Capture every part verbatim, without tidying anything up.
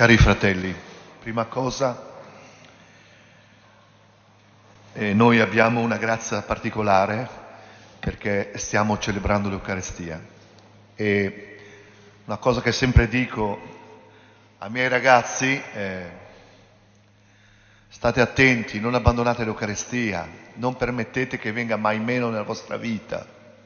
Cari fratelli, prima cosa, eh, noi abbiamo una grazia particolare perché stiamo celebrando l'Eucaristia e una cosa che sempre dico ai miei ragazzi, eh, state attenti, non abbandonate l'Eucaristia, non permettete che venga mai meno nella vostra vita.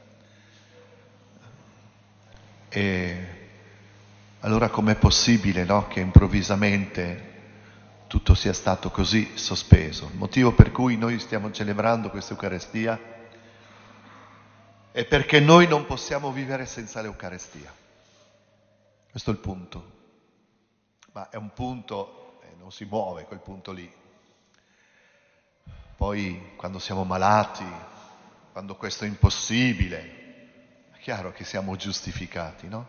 E allora com'è possibile, no, che improvvisamente tutto sia stato così sospeso? Il motivo per cui noi stiamo celebrando questa Eucaristia è perché noi non possiamo vivere senza l'Eucaristia. Questo è il punto. Ma è un punto, eh, non si muove quel punto lì. Poi quando siamo malati, quando questo è impossibile, è chiaro che siamo giustificati, no?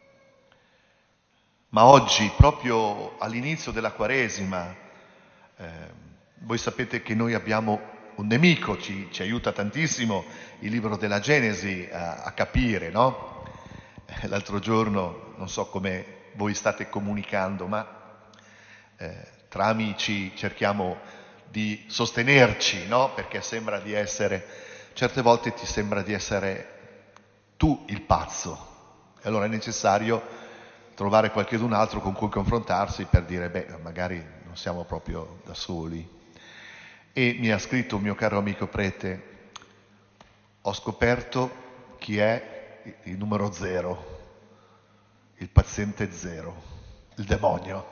Ma oggi, proprio all'inizio della Quaresima, eh, voi sapete che noi abbiamo un nemico, ci, ci aiuta tantissimo il libro della Genesi a, a capire, no? Eh, l'altro giorno, non so come voi state comunicando, ma eh, tra amici cerchiamo di sostenerci, no? Perché sembra di essere, certe volte ti sembra di essere tu il pazzo, e allora è necessario trovare qualcun altro con cui confrontarsi per dire, beh, magari non siamo proprio da soli. E mi ha scritto un mio caro amico prete, ho scoperto chi è il numero zero, il paziente zero, il demonio.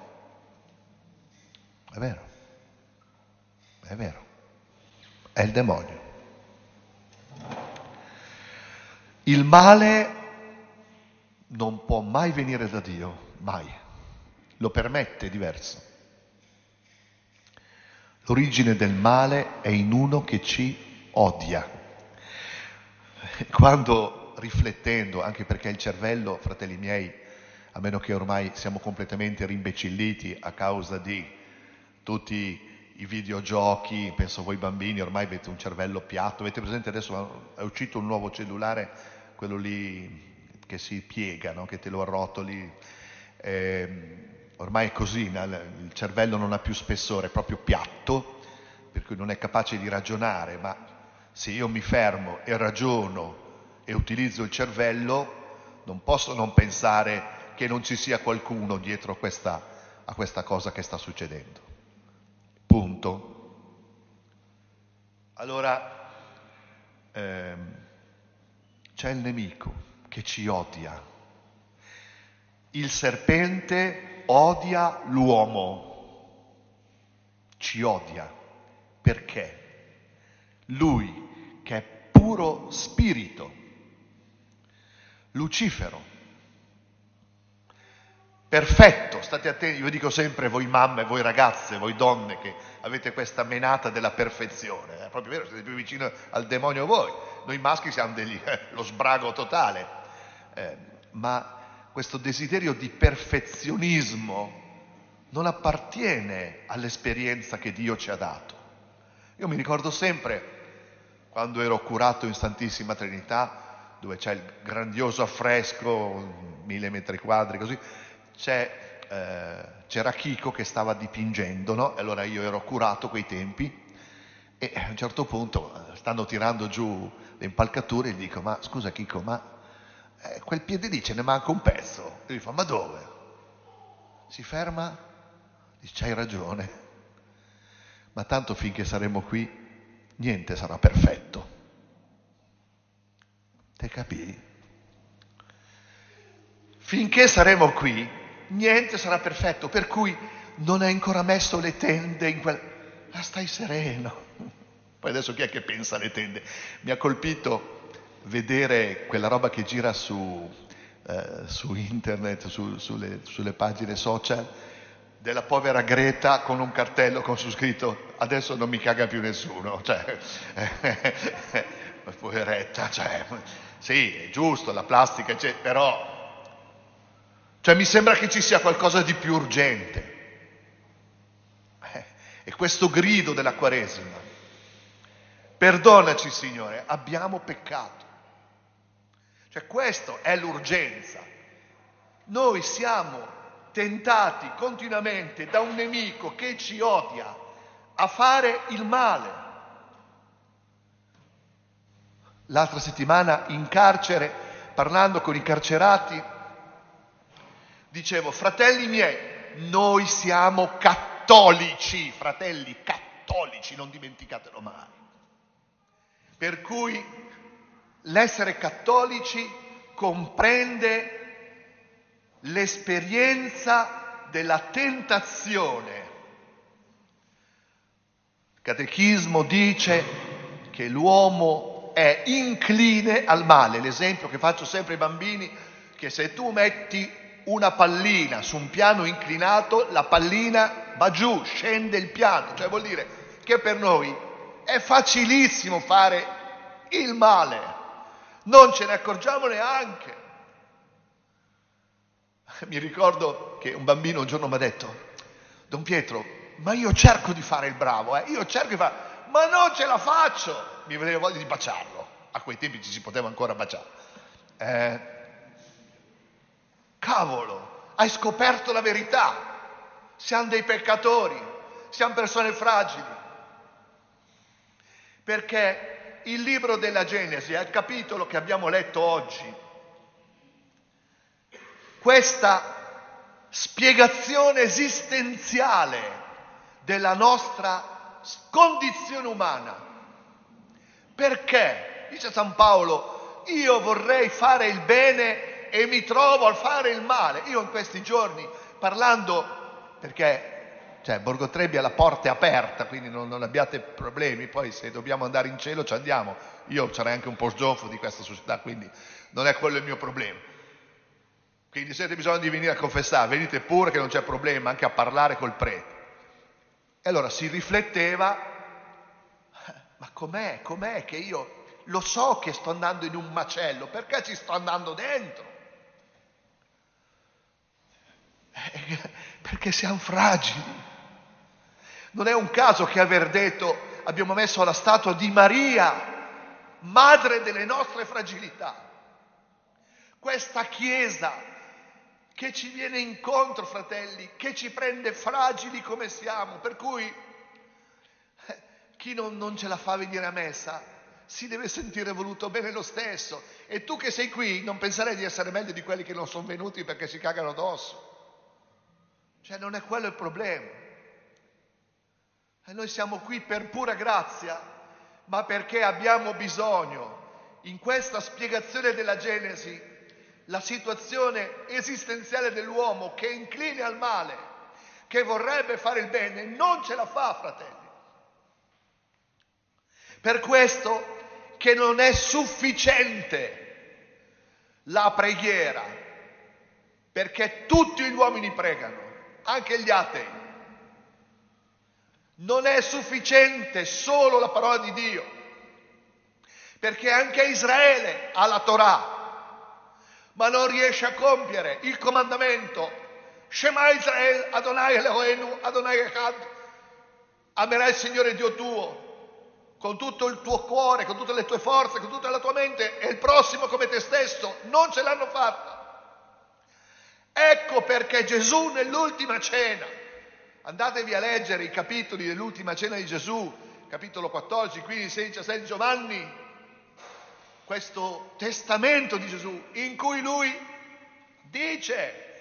È vero, è vero, è il demonio. Il male non può mai venire da Dio, mai. Lo permette, è diverso. L'origine del male è in uno che ci odia. Quando riflettendo, anche perché il cervello, fratelli miei, a meno che ormai siamo completamente rimbecilliti a causa di tutti i videogiochi, penso voi bambini ormai avete un cervello piatto, avete presente adesso è uscito un nuovo cellulare, quello lì che si piega, no? Che te lo arrotoli, eh, ormai è così, il cervello non ha più spessore, è proprio piatto, per cui non è capace di ragionare, ma se io mi fermo e ragiono e utilizzo il cervello, non posso non pensare che non ci sia qualcuno dietro questa, a questa cosa che sta succedendo. Punto. Allora, ehm, c'è il nemico che ci odia. Il serpente odia l'uomo, ci odia. Perché? Lui che è puro spirito, Lucifero, perfetto, state attenti, io dico sempre voi mamme, voi ragazze, voi donne che avete questa menata della perfezione, è proprio vero, siete più vicino al demonio voi, noi maschi siamo degli, eh, lo sbrago totale, eh, ma questo desiderio di perfezionismo non appartiene all'esperienza che Dio ci ha dato. Io mi ricordo sempre, quando ero curato in Santissima Trinità, dove c'è il grandioso affresco, mille metri quadri così, c'è, eh, c'era Chico che stava dipingendo, no? E allora io ero curato quei tempi e a un certo punto stanno tirando giù le impalcature e gli dico, ma scusa Chico, ma eh, quel piede lì ce ne manca un pezzo. E gli fa, ma dove? Si ferma, dice, c'hai ragione, ma tanto finché saremo qui niente sarà perfetto. Te capì? Finché saremo qui, niente sarà perfetto, per cui non hai ancora messo le tende in quel... Ma stai sereno. Poi adesso chi è che pensa alle tende? Mi ha colpito vedere quella roba che gira su, eh, su internet, su, sulle, sulle pagine social, della povera Greta con un cartello con su scritto adesso non mi caga più nessuno, cioè, poveretta, cioè, sì, è giusto, la plastica, cioè, però, cioè mi sembra che ci sia qualcosa di più urgente. Eh, e questo grido della Quaresima, perdonaci Signore, abbiamo peccato. Cioè questo è l'urgenza. Noi siamo tentati continuamente da un nemico che ci odia a fare il male. L'altra settimana in carcere, parlando con i carcerati, dicevo: fratelli miei, noi siamo cattolici, fratelli cattolici, non dimenticatelo mai. Per cui l'essere cattolici comprende l'esperienza della tentazione. Il Catechismo dice che l'uomo è incline al male. L'esempio che faccio sempre ai bambini, che se tu metti una pallina su un piano inclinato, la pallina va giù, scende il piano. Cioè vuol dire che per noi è facilissimo fare il male, non ce ne accorgiamo neanche. Mi ricordo che un bambino un giorno mi ha detto: Don Pietro, ma io cerco di fare il bravo, eh? io cerco di fare, ma non ce la faccio. Mi veniva voglia di baciarlo. A quei tempi ci si poteva ancora baciare. Eh, cavolo, hai scoperto la verità. Siamo dei peccatori, siamo persone fragili. Perché il libro della Genesi, al capitolo che abbiamo letto oggi, questa spiegazione esistenziale della nostra condizione umana. Perché? Dice San Paolo: io vorrei fare il bene e mi trovo a fare il male. Io in questi giorni, parlando, perché cioè, Borgo Trebbia la porta è aperta, quindi non, non abbiate problemi, poi se dobbiamo andare in cielo ci andiamo. Io sarei anche un po' sgionfo di questa società, quindi non è quello il mio problema. Quindi se avete bisogno di venire a confessare, venite pure, che non c'è problema, anche a parlare col prete. E allora si rifletteva: ma com'è, com'è che io lo so che sto andando in un macello, perché ci sto andando dentro? Eh, perché siamo fragili. Non è un caso che aver detto, abbiamo messo la statua di Maria, madre delle nostre fragilità. Questa Chiesa che ci viene incontro, fratelli, che ci prende fragili come siamo, per cui eh, chi non, non ce la fa venire a messa si deve sentire voluto bene lo stesso. E tu che sei qui non penserai di essere meglio di quelli che non sono venuti perché si cagano addosso. Cioè non è quello il problema. E noi siamo qui per pura grazia, ma perché abbiamo bisogno, in questa spiegazione della Genesi, la situazione esistenziale dell'uomo che è incline al male, che vorrebbe fare il bene, non ce la fa, fratelli. Per questo che non è sufficiente la preghiera, perché tutti gli uomini pregano, anche gli atei. Non è sufficiente solo la parola di Dio, perché anche Israele ha la Torah, ma non riesce a compiere il comandamento: Shema Israel, Adonai Eloheinu, Adonai Echad. Amerai il Signore Dio tuo con tutto il tuo cuore, con tutte le tue forze, con tutta la tua mente, e il prossimo come te stesso. Non ce l'hanno fatta. Ecco perché Gesù nell'ultima cena, andatevi a leggere i capitoli dell'ultima cena di Gesù, capitolo quattordici, quindici, sedici, diciassette, Giovanni, questo testamento di Gesù, in cui lui dice: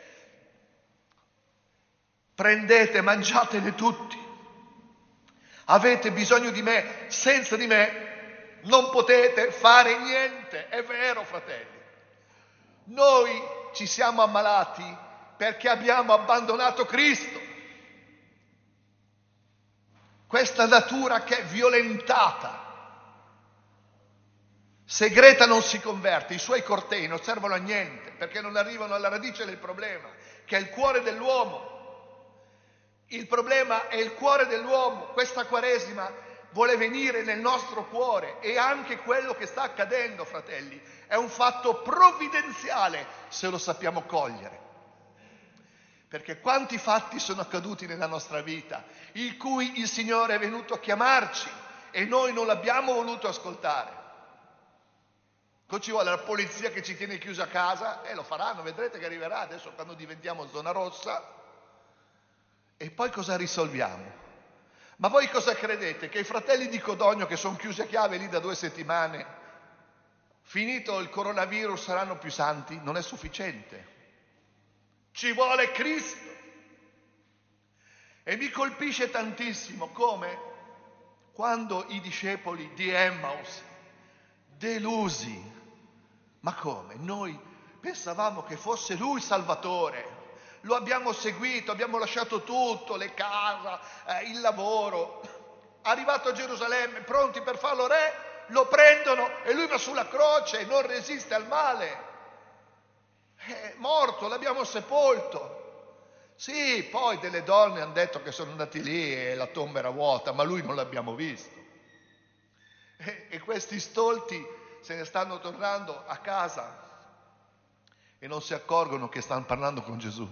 prendete, mangiatene tutti, avete bisogno di me, senza di me non potete fare niente. È vero, fratelli, noi ci siamo ammalati perché abbiamo abbandonato Cristo, questa natura che è violentata. Se Greta non si converte, i suoi cortei non servono a niente, perché non arrivano alla radice del problema, che è il cuore dell'uomo. Il problema è il cuore dell'uomo. Questa Quaresima vuole venire nel nostro cuore, e anche quello che sta accadendo, fratelli, è un fatto provvidenziale se lo sappiamo cogliere. Perché quanti fatti sono accaduti nella nostra vita, in cui il Signore è venuto a chiamarci e noi non l'abbiamo voluto ascoltare. Cosa ci vuole? La polizia che ci tiene chiusa a casa? E eh, lo faranno, vedrete che arriverà adesso quando diventiamo zona rossa. E poi cosa risolviamo? Ma voi cosa credete? Che i fratelli di Codogno che sono chiusi a chiave lì da due settimane, finito il coronavirus, saranno più santi? Non è sufficiente. Ci vuole Cristo. E mi colpisce tantissimo come quando i discepoli di Emmaus, delusi, ma come? Noi pensavamo che fosse lui il Salvatore, lo abbiamo seguito, abbiamo lasciato tutto, le case, eh, il lavoro, arrivato a Gerusalemme, pronti per farlo re, lo prendono e lui va sulla croce e non resiste al male. È morto, l'abbiamo sepolto. Sì, poi delle donne hanno detto che sono andati lì e la tomba era vuota, ma lui non l'abbiamo visto. E, e questi stolti se ne stanno tornando a casa e non si accorgono che stanno parlando con Gesù.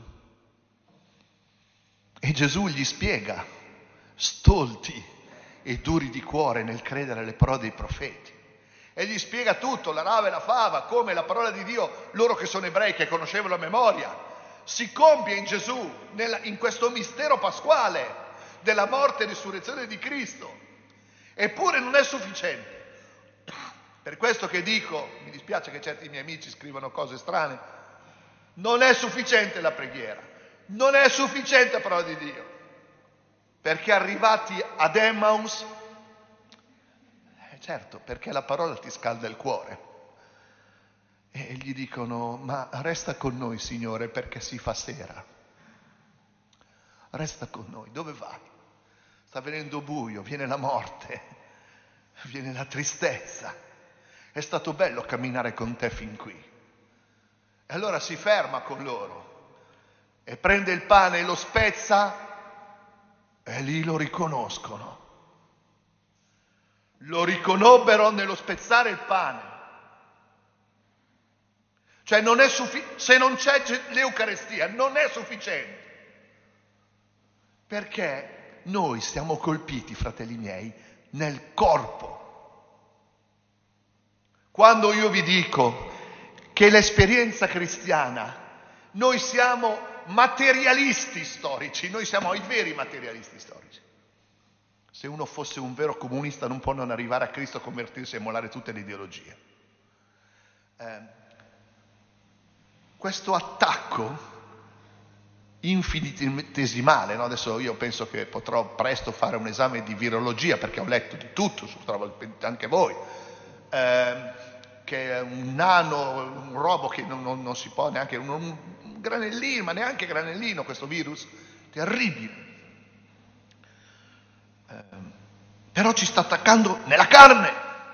E Gesù gli spiega, stolti e duri di cuore nel credere alle parole dei profeti. E gli spiega tutto, la rava e la fava, come la parola di Dio, loro che sono ebrei, che conoscevano a memoria, si compie in Gesù, nella, in questo mistero pasquale della morte e risurrezione di Cristo. Eppure non è sufficiente. Per questo che dico, mi dispiace che certi miei amici scrivano cose strane, non è sufficiente la preghiera, non è sufficiente la parola di Dio, perché arrivati ad Emmaus, eh certo, perché la parola ti scalda il cuore, e gli dicono, ma resta con noi Signore perché si fa sera, resta con noi, dove vai? Sta venendo buio, viene la morte, viene la tristezza. È stato bello camminare con te fin qui. E allora si ferma con loro e prende il pane e lo spezza e lì lo riconoscono. Lo riconobbero nello spezzare il pane. Cioè non è suffi- se non c'è l'Eucarestia non è sufficiente. Perché noi siamo colpiti, fratelli miei, nel corpo. Quando io vi dico che l'esperienza cristiana, noi siamo materialisti storici, noi siamo i veri materialisti storici. Se uno fosse un vero comunista non può non arrivare a Cristo, convertirsi e mollare tutte le ideologie. Eh, questo attacco infinitesimale, no? Adesso io penso che potrò presto fare un esame di virologia perché ho letto di tutto, anche voi. Eh, che è un nano, un robo che non, non, non si può neanche, un, un granellino, ma neanche granellino questo virus, terribile. Eh, però ci sta attaccando nella carne.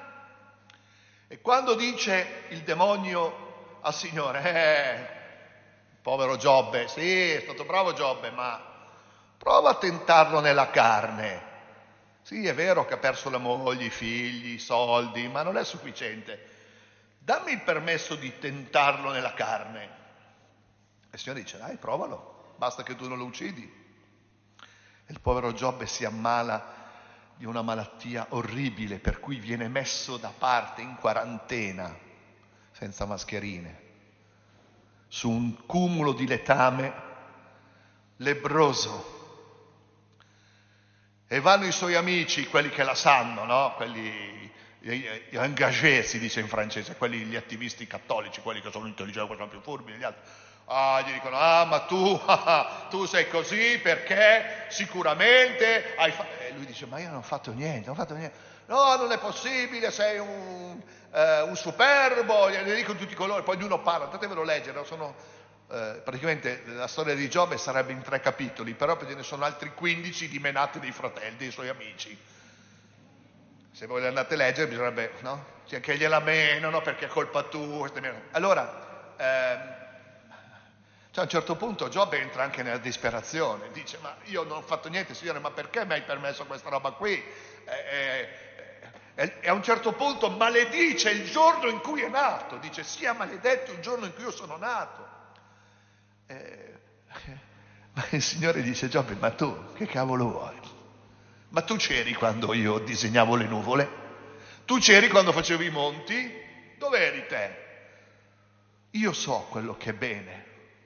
E quando dice il demonio al Signore, eh, povero Giobbe, sì, è stato bravo Giobbe, ma prova a tentarlo nella carne. Sì, è vero che ha perso la moglie, i figli, i soldi, ma non è sufficiente. Dammi il permesso di tentarlo nella carne. E il Signore dice, dai, provalo, basta che tu non lo uccidi. E il povero Giobbe si ammala di una malattia orribile, per cui viene messo da parte in quarantena, senza mascherine, su un cumulo di letame, lebbroso. E vanno i suoi amici, quelli che la sanno, no? Quelli gli engagé si dice in francese, quelli gli attivisti cattolici, quelli che sono intelligenti, quelli che sono più furbi degli altri. Ah, gli dicono, ah, ma tu, tu sei così perché sicuramente hai fatto... E lui dice, ma io non ho fatto niente, non ho fatto niente. No, non è possibile, sei un, eh, un superbo, gliene dicono tutti i colori, poi ognuno parla, andatevelo a leggere, sono... Eh, praticamente la storia di Giobbe sarebbe in tre capitoli, però ce ne sono altri quindici di menate dei fratelli, dei suoi amici. Se voi le andate a leggere bisognerebbe, no? Cioè che gliela menano perché è colpa tua. Allora, ehm, cioè a un certo punto Giobbe entra anche nella disperazione, dice, ma io non ho fatto niente Signore, ma perché mi hai permesso questa roba qui? E, e, e a un certo punto maledice il giorno in cui è nato, dice, sia maledetto il giorno in cui io sono nato. Eh, ma il Signore dice, Giobbe, ma tu che cavolo vuoi? Ma tu c'eri quando io disegnavo le nuvole? Tu c'eri quando facevo i monti? dov'eri te? Io so quello che è bene.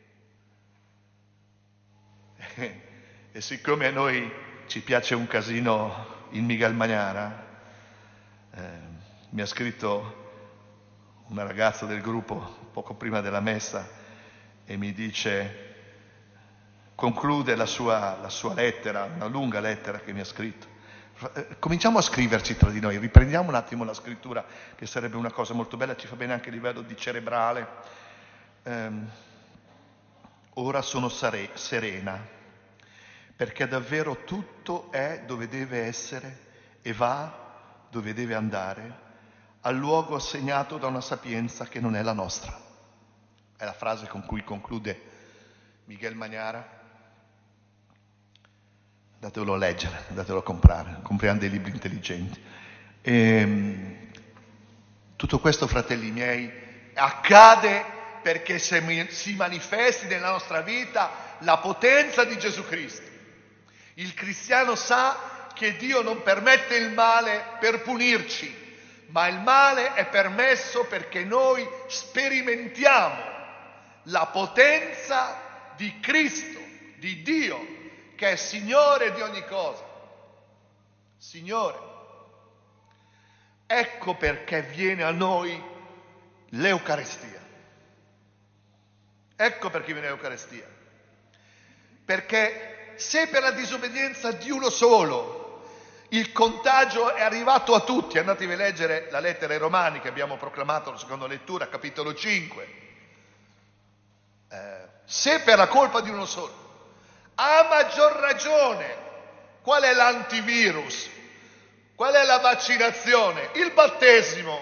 E siccome a noi ci piace un casino il Miguel Magnara, eh, mi ha scritto una ragazza del gruppo poco prima della messa e mi dice, conclude la sua, la sua lettera, una lunga lettera che mi ha scritto. Cominciamo a scriverci tra di noi, riprendiamo un attimo la scrittura, che sarebbe una cosa molto bella, ci fa bene anche a livello di cerebrale. Ehm, ora sono sare- serena, perché davvero tutto è dove deve essere e va dove deve andare, al luogo assegnato da una sapienza che non è la nostra. È la frase con cui conclude Miguel Magnara. Andatelo a leggere, andatelo a comprare, compriamo dei libri intelligenti. E, tutto questo, fratelli miei, accade perché se si manifesti nella nostra vita la potenza di Gesù Cristo. Il cristiano sa che Dio non permette il male per punirci, ma il male è permesso perché noi sperimentiamo la potenza di Cristo, di Dio, che è Signore di ogni cosa. Signore. Ecco perché viene a noi l'Eucaristia. Ecco perché viene l'Eucaristia. Perché se per la disobbedienza di uno solo il contagio è arrivato a tutti, andatevi a leggere la lettera ai Romani che abbiamo proclamato la seconda lettura, capitolo cinque. Eh, se per la colpa di uno solo, a maggior ragione, qual è l'antivirus? Qual è la vaccinazione? Il battesimo.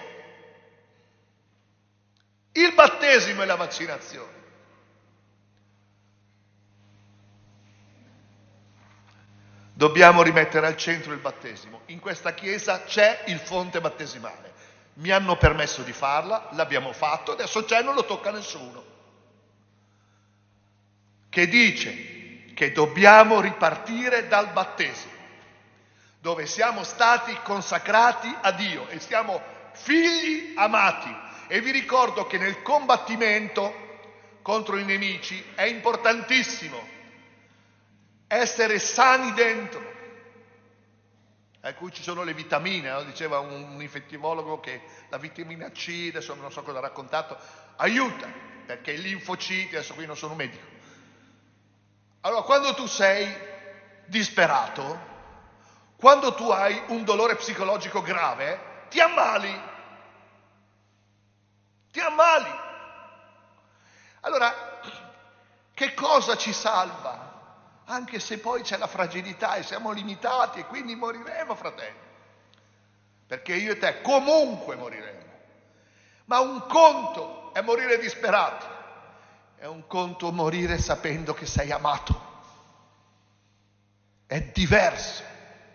Il battesimo è la vaccinazione. Dobbiamo rimettere al centro il battesimo. In questa chiesa c'è il fonte battesimale. Mi hanno permesso di farla, l'abbiamo fatto, adesso c'è, non lo tocca a nessuno. Che dice che dobbiamo ripartire dal battesimo, dove siamo stati consacrati a Dio e siamo figli amati. E vi ricordo che nel combattimento contro i nemici è importantissimo essere sani dentro. A cui ci sono le vitamine, no? Diceva un, un infettivologo che la vitamina C, adesso non so cosa ha raccontato, aiuta, perché i linfociti, adesso qui non sono un medico. Allora, quando tu sei disperato, quando tu hai un dolore psicologico grave, ti ammali. Ti ammali. Allora, che cosa ci salva? Anche se poi c'è la fragilità e siamo limitati e quindi moriremo, fratelli. Perché io e te comunque moriremo. Ma un conto è morire disperati. È un conto morire sapendo che sei amato. È diverso.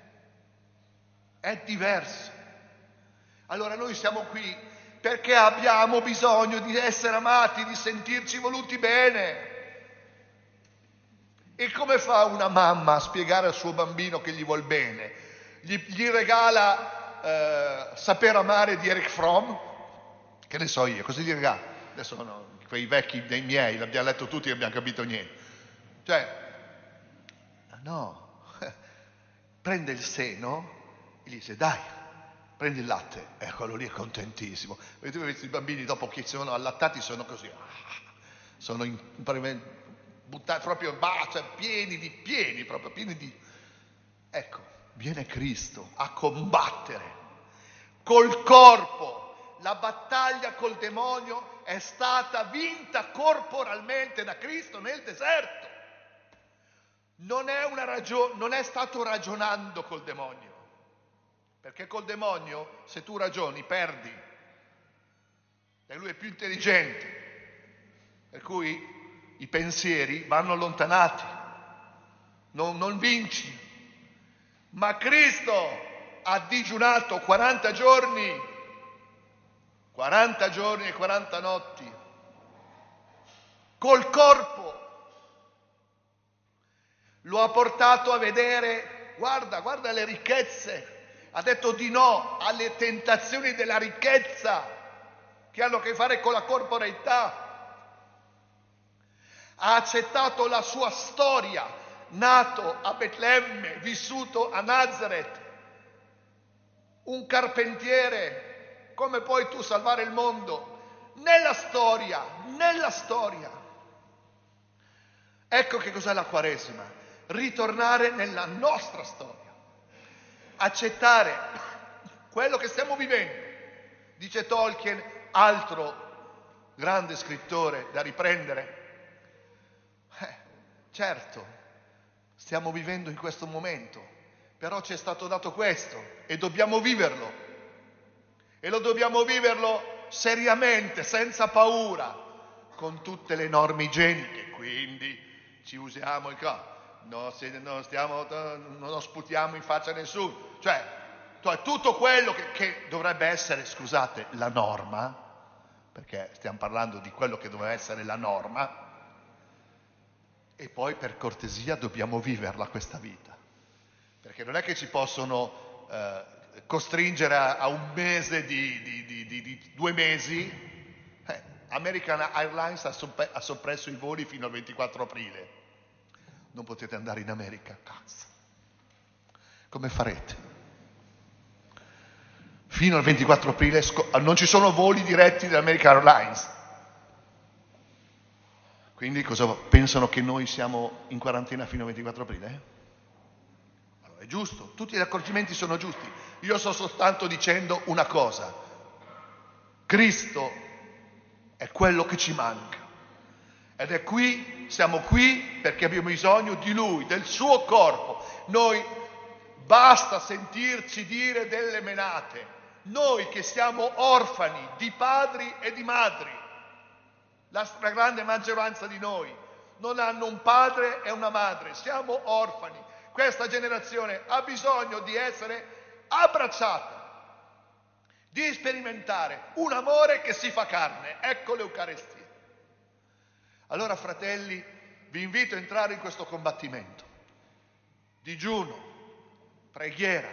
È diverso. Allora noi siamo qui perché abbiamo bisogno di essere amati, di sentirci voluti bene. E come fa una mamma a spiegare al suo bambino che gli vuol bene? Gli, gli regala eh, Saper amare di Erich Fromm? Che ne so io, cosa gli regala? Adesso no, quei vecchi dei miei, l'abbiamo letto tutti e non abbiamo capito niente. Cioè, no, prende il seno e gli dice dai, prendi il latte. E quello lì è contentissimo. Avete visto i bambini dopo che sono allattati sono così, sono in, buttati proprio in bacia, pieni di pieni, proprio pieni di... Ecco, viene Cristo a combattere col corpo. La battaglia col demonio è stata vinta corporalmente da Cristo nel deserto. Non è una ragione, non è stato ragionando col demonio, perché col demonio se tu ragioni perdi e lui è più intelligente, per cui i pensieri vanno allontanati, non, non vinci. Ma Cristo ha digiunato quaranta giorni, quaranta giorni e quaranta notti, col corpo. Lo ha portato a vedere, guarda, guarda le ricchezze, ha detto di no alle tentazioni della ricchezza, che hanno a che fare con la corporeità. Ha accettato la sua storia, nato a Betlemme, vissuto a Nazareth, un carpentiere. Come puoi tu salvare il mondo? Nella storia, nella storia. Ecco che cos'è la Quaresima: ritornare nella nostra storia, accettare quello che stiamo vivendo. Dice Tolkien, altro grande scrittore da riprendere, eh, certo, stiamo vivendo in questo momento, però ci è stato dato questo e dobbiamo viverlo, e lo dobbiamo viverlo seriamente, senza paura, con tutte le norme igieniche. Quindi ci usiamo il corpo, non, non, stiamo, non sputiamo in faccia a nessuno, cioè tutto quello che, che dovrebbe essere, scusate, la norma, perché stiamo parlando di quello che doveva essere la norma. E poi, per cortesia, dobbiamo viverla questa vita, perché non è che ci possono eh, costringere a, a un mese di, di, di, di, di due mesi. eh, American Airlines ha, sopp- ha soppresso i voli fino al ventiquattro aprile. Non potete andare in America, cazzo. Come farete? Fino al ventiquattro aprile sco- non ci sono voli diretti dell'American Airlines. Quindi cosa pensano, che noi siamo in quarantena fino al ventiquattro aprile? Allora, è giusto, tutti gli accorgimenti sono giusti. Io sto soltanto dicendo una cosa: Cristo è quello che ci manca, ed è qui, siamo qui perché abbiamo bisogno di Lui, del suo corpo. Noi basta sentirci dire delle menate, noi che siamo orfani di padri e di madri. La stragrande maggioranza di noi non hanno un padre e una madre, siamo orfani. Questa generazione ha bisogno di essere abbracciata, di sperimentare un amore che si fa carne. Ecco l'Eucaristia. Allora, fratelli, vi invito a entrare in questo combattimento. Digiuno, preghiera,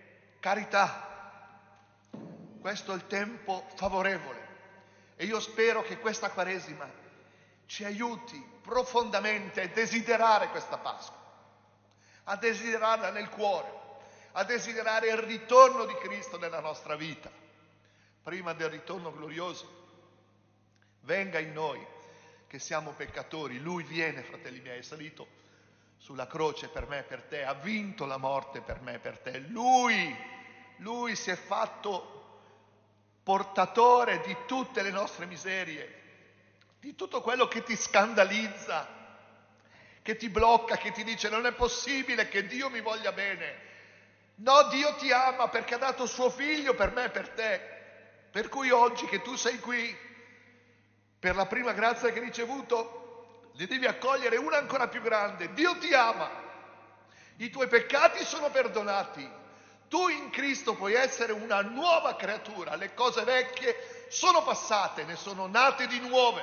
carità. Questo è il tempo favorevole. E io spero che questa Quaresima ci aiuti profondamente a desiderare questa Pasqua, a desiderarla nel cuore, a desiderare il ritorno di Cristo nella nostra vita. Prima del ritorno glorioso, venga in noi che siamo peccatori. Lui viene, fratelli miei, è salito sulla croce per me e per te, ha vinto la morte per me e per te. Lui, lui si è fatto portatore di tutte le nostre miserie, di tutto quello che ti scandalizza, che ti blocca, che ti dice non è possibile che Dio mi voglia bene. No, Dio ti ama perché ha dato suo figlio per me e per te. Per cui oggi che tu sei qui, per la prima grazia che hai ricevuto, ne devi accogliere una ancora più grande. Dio ti ama, i tuoi peccati sono perdonati. Tu in Cristo puoi essere una nuova creatura, le cose vecchie sono passate, ne sono nate di nuove.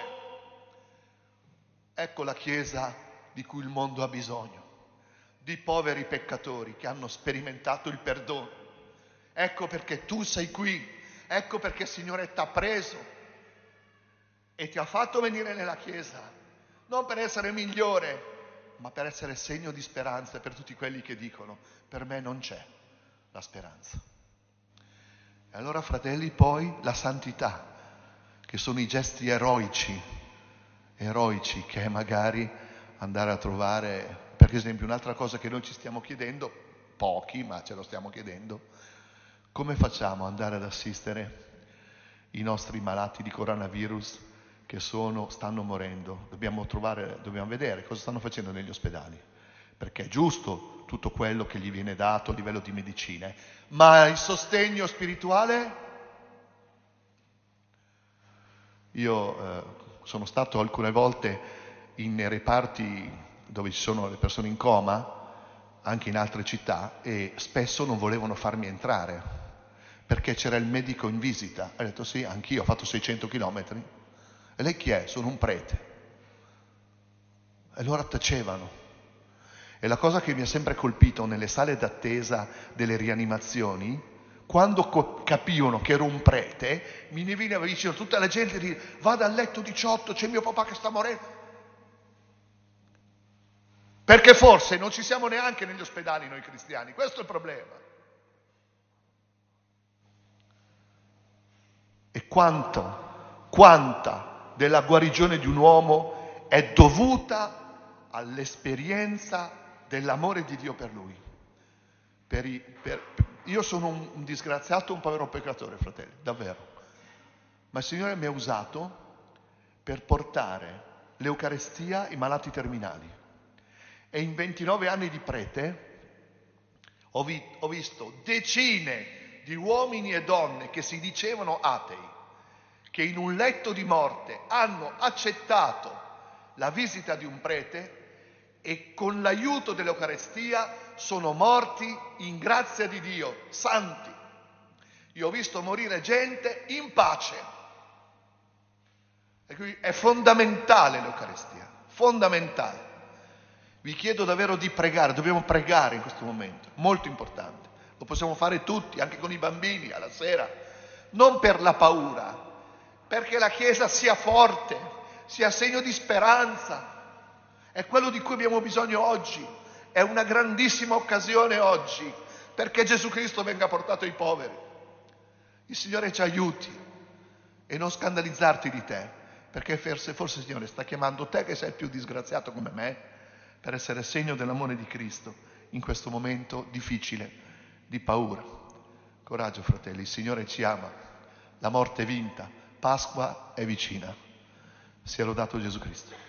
Ecco la Chiesa di cui il mondo ha bisogno, di poveri peccatori che hanno sperimentato il perdono. Ecco perché tu sei qui, ecco perché il Signore ti ha preso e ti ha fatto venire nella Chiesa, non per essere migliore, ma per essere segno di speranza per tutti quelli che dicono per me non c'è la speranza. E allora, fratelli, poi la santità, che sono i gesti eroici, eroici che è magari andare a trovare, per esempio, un'altra cosa che noi ci stiamo chiedendo, pochi, ma ce lo stiamo chiedendo, come facciamo ad andare ad assistere i nostri malati di coronavirus che sono, stanno morendo? Dobbiamo trovare, dobbiamo vedere cosa stanno facendo negli ospedali, perché è giusto tutto quello che gli viene dato a livello di medicine, ma il sostegno spirituale? Io eh, sono stato alcune volte in reparti dove ci sono le persone in coma, anche in altre città, e spesso non volevano farmi entrare, perché c'era il medico in visita. Ho detto sì, anch'io ho fatto seicento chilometri. E lei chi è? Sono un prete. E loro tacevano. E la cosa che mi ha sempre colpito nelle sale d'attesa delle rianimazioni, quando co- capivano che ero un prete, mi ne veniva vicino tutta la gente e dire: vada al letto diciotto, c'è mio papà che sta morendo. Perché forse non ci siamo neanche negli ospedali noi cristiani, questo è il problema. E quanto, quanta della guarigione di un uomo è dovuta all'esperienza dell'amore di Dio per lui. Per i, per, io sono un, un disgraziato, un povero peccatore, fratelli, davvero. Ma il Signore mi ha usato per portare l'Eucarestia ai malati terminali. E in ventinove anni di prete ho, vi, ho visto decine di uomini e donne che si dicevano atei, che in un letto di morte hanno accettato la visita di un prete e con l'aiuto dell'Eucarestia sono morti in grazia di Dio, santi. Io ho visto morire gente in pace. E quindi è fondamentale l'Eucarestia, fondamentale. Vi chiedo davvero di pregare, dobbiamo pregare in questo momento, molto importante. Lo possiamo fare tutti, anche con i bambini alla sera, non per la paura, perché la Chiesa sia forte, sia segno di speranza. È quello di cui abbiamo bisogno oggi. È una grandissima occasione oggi perché Gesù Cristo venga portato ai poveri. Il Signore ci aiuti e non scandalizzarti di te, perché forse, forse il Signore sta chiamando te che sei più disgraziato come me per essere segno dell'amore di Cristo in questo momento difficile di paura. Coraggio, fratelli, il Signore ci ama, la morte è vinta, Pasqua è vicina. Sia lodato Gesù Cristo.